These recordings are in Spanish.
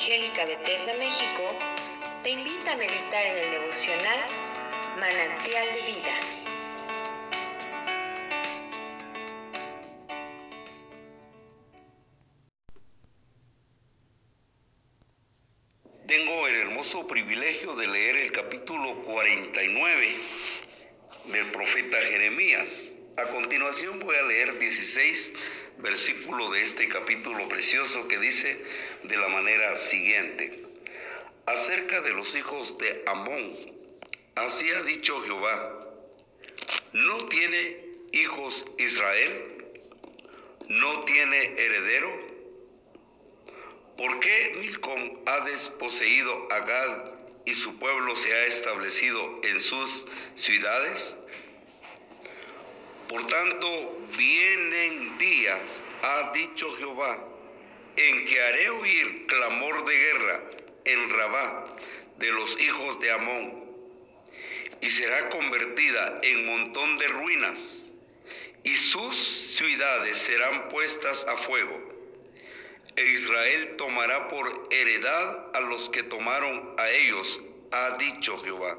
Evangélica Bethesda, México, te invita a meditar en el devocional Manantial de Vida. Tengo el hermoso privilegio de leer el capítulo 49 del profeta Jeremías. A continuación voy a leer 16 versículos de este capítulo precioso que dice de la manera siguiente: acerca de los hijos de Amón, así ha dicho Jehová: ¿no tiene hijos Israel? ¿No tiene heredero? ¿Por qué Milcom ha desposeído a Gad y su pueblo se ha establecido en sus ciudades? Por tanto, vienen días, ha dicho Jehová, en que haré oír clamor de guerra en Rabá de los hijos de Amón, y será convertida en montón de ruinas, y sus ciudades serán puestas a fuego. E Israel tomará por heredad a los que tomaron a ellos, ha dicho Jehová.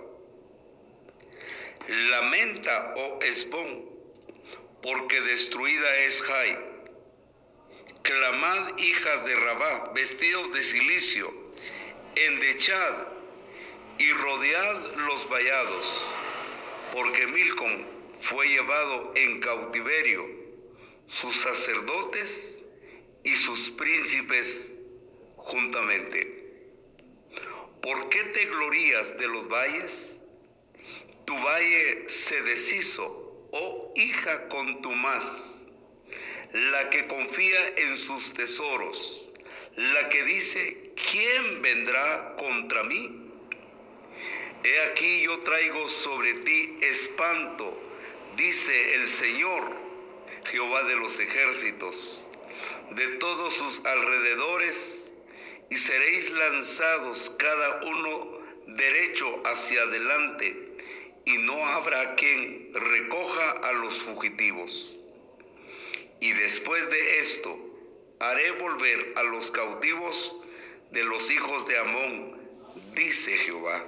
Lamenta, oh Hesbón, porque destruida es Jai. Clamad, hijas de Rabá, vestidos de cilicio, endechad y rodead los vallados, porque Milcom fue llevado en cautiverio, sus sacerdotes y sus príncipes juntamente. ¿Por qué te glorías de los valles? Tu valle se deshizo, oh hija contumaz, la que confía en sus tesoros, la que dice: ¿quién vendrá contra mí? He aquí yo traigo sobre ti espanto, dice el Señor, Jehová de los ejércitos, de todos sus alrededores, y seréis lanzados cada uno derecho hacia adelante, y no habrá quien recoja a los fugitivos. Y después de esto haré volver a los cautivos de los hijos de Amón, dice Jehová.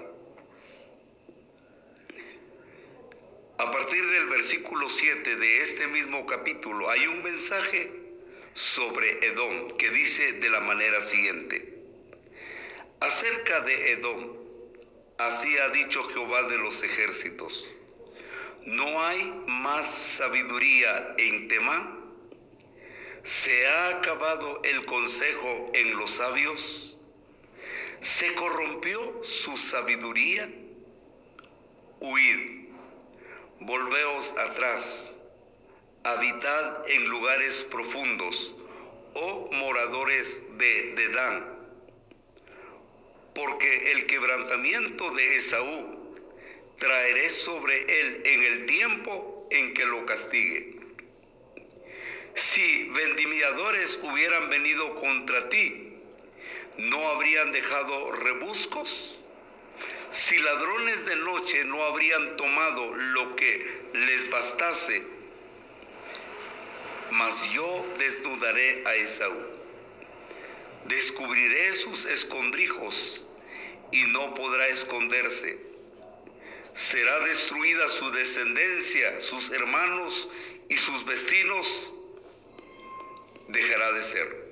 A partir del versículo 7 de este mismo capítulo hay un mensaje sobre Edom que dice de la manera siguiente: acerca de Edom, así ha dicho Jehová de los ejércitos: ¿no hay más sabiduría en Temán? ¿Se ha acabado el consejo en los sabios? ¿Se corrompió su sabiduría? Huid, volveos atrás, habitad en lugares profundos, oh moradores de Dedán, porque el quebrantamiento de Esaú traeré sobre él en el tiempo en que lo castigue. Si vendimiadores hubieran venido contra ti, ¿no habrían dejado rebuscos? Si ladrones de noche no habrían tomado lo que les bastase, mas yo desnudaré a Esaú, descubriré sus escondrijos y no podrá esconderse. Será destruida su descendencia, sus hermanos y sus vecinos dejará de ser.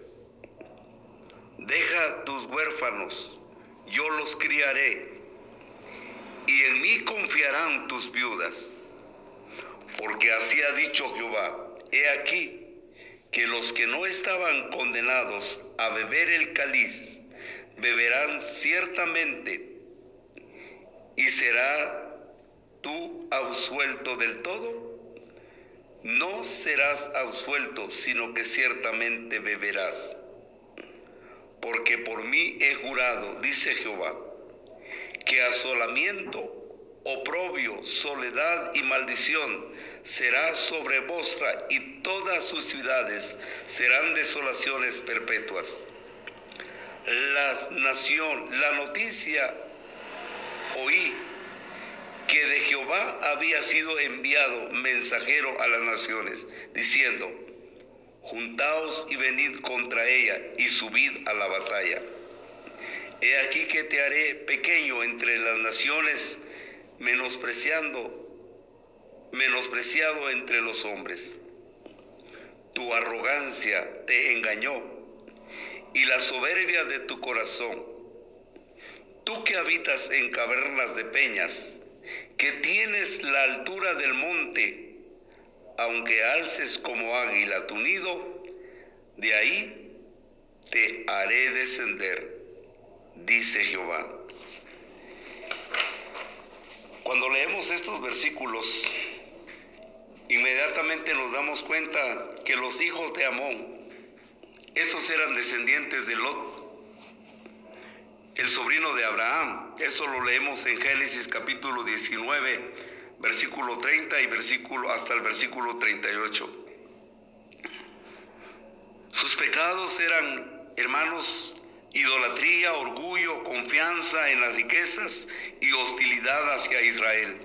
Deja tus huérfanos, yo los criaré, y en mí confiarán tus viudas. Porque así ha dicho Jehová: he aquí que los que no estaban condenados a beber el cáliz, beberán ciertamente, y será tú absuelto del todo. No serás absuelto, sino que ciertamente beberás. Porque por mí he jurado, dice Jehová, que asolamiento, oprobio, soledad y maldición será sobre vosotras, y todas sus ciudades serán desolaciones perpetuas. La noticia oí que de Jehová había sido enviado mensajero a las naciones, diciendo: juntaos y venid contra ella y subid a la batalla. He aquí que te haré pequeño entre las naciones, menospreciado entre los hombres. Tu arrogancia te engañó y la soberbia de tu corazón. Tú que habitas en cavernas de peñas, que tienes la altura del monte, aunque alces como águila tu nido, de ahí te haré descender, dice Jehová. Cuando leemos estos versículos, inmediatamente nos damos cuenta que los hijos de Amón, estos eran descendientes de Lot, el sobrino de Abraham. Eso lo leemos en Génesis capítulo 19, versículo 30 y hasta el versículo 38. Sus pecados eran, hermanos, idolatría, orgullo, confianza en las riquezas y hostilidad hacia Israel.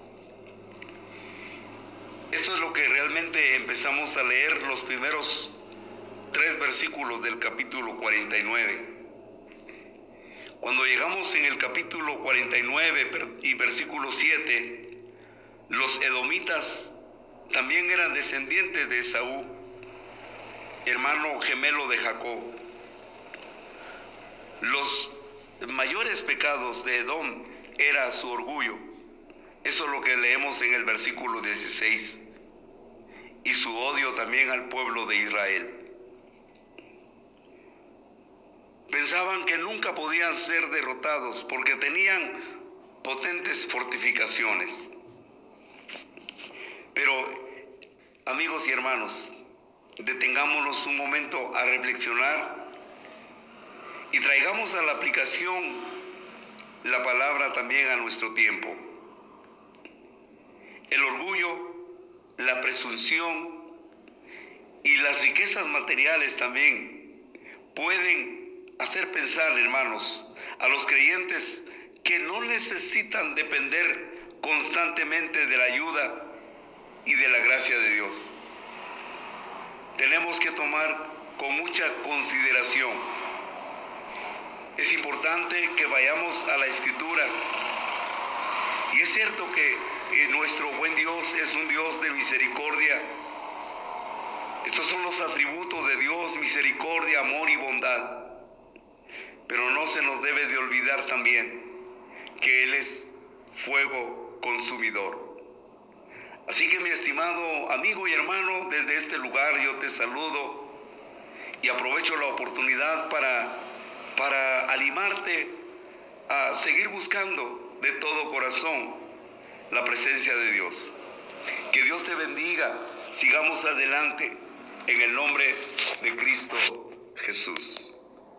Esto es lo que realmente empezamos a leer los primeros 3 versículos del capítulo 49. Cuando llegamos en el capítulo 49 y versículo 7, los edomitas también eran descendientes de Esaú, hermano gemelo de Jacob. Los mayores pecados de Edom era su orgullo. Eso es lo que leemos en el versículo 16. Y su odio también al pueblo de Israel. Pensaban que nunca podían ser derrotados porque tenían potentes fortificaciones. Pero, amigos y hermanos, detengámonos un momento a reflexionar y traigamos a la aplicación la palabra también a nuestro tiempo. El orgullo, la presunción y las riquezas materiales también pueden hacer pensar, hermanos, a los creyentes que no necesitan depender constantemente de la ayuda y de la gracia de Dios. Tenemos que tomar con mucha consideración. Es importante que vayamos a la Escritura. Y es cierto que nuestro buen Dios es un Dios de misericordia. Estos son los atributos de Dios: misericordia, amor y bondad. Pero no se nos debe de olvidar también que Él es fuego consumidor. Así que, mi estimado amigo y hermano, desde este lugar yo te saludo y aprovecho la oportunidad para animarte a seguir buscando de todo corazón la presencia de Dios. Que Dios te bendiga. Sigamos adelante en el nombre de Cristo Jesús.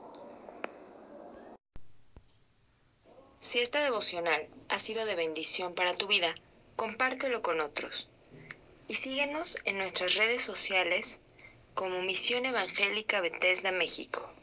Si esta devocional ha sido de bendición para tu vida, compártelo con otros. Y síguenos en nuestras redes sociales como Misión Evangélica Bethesda México.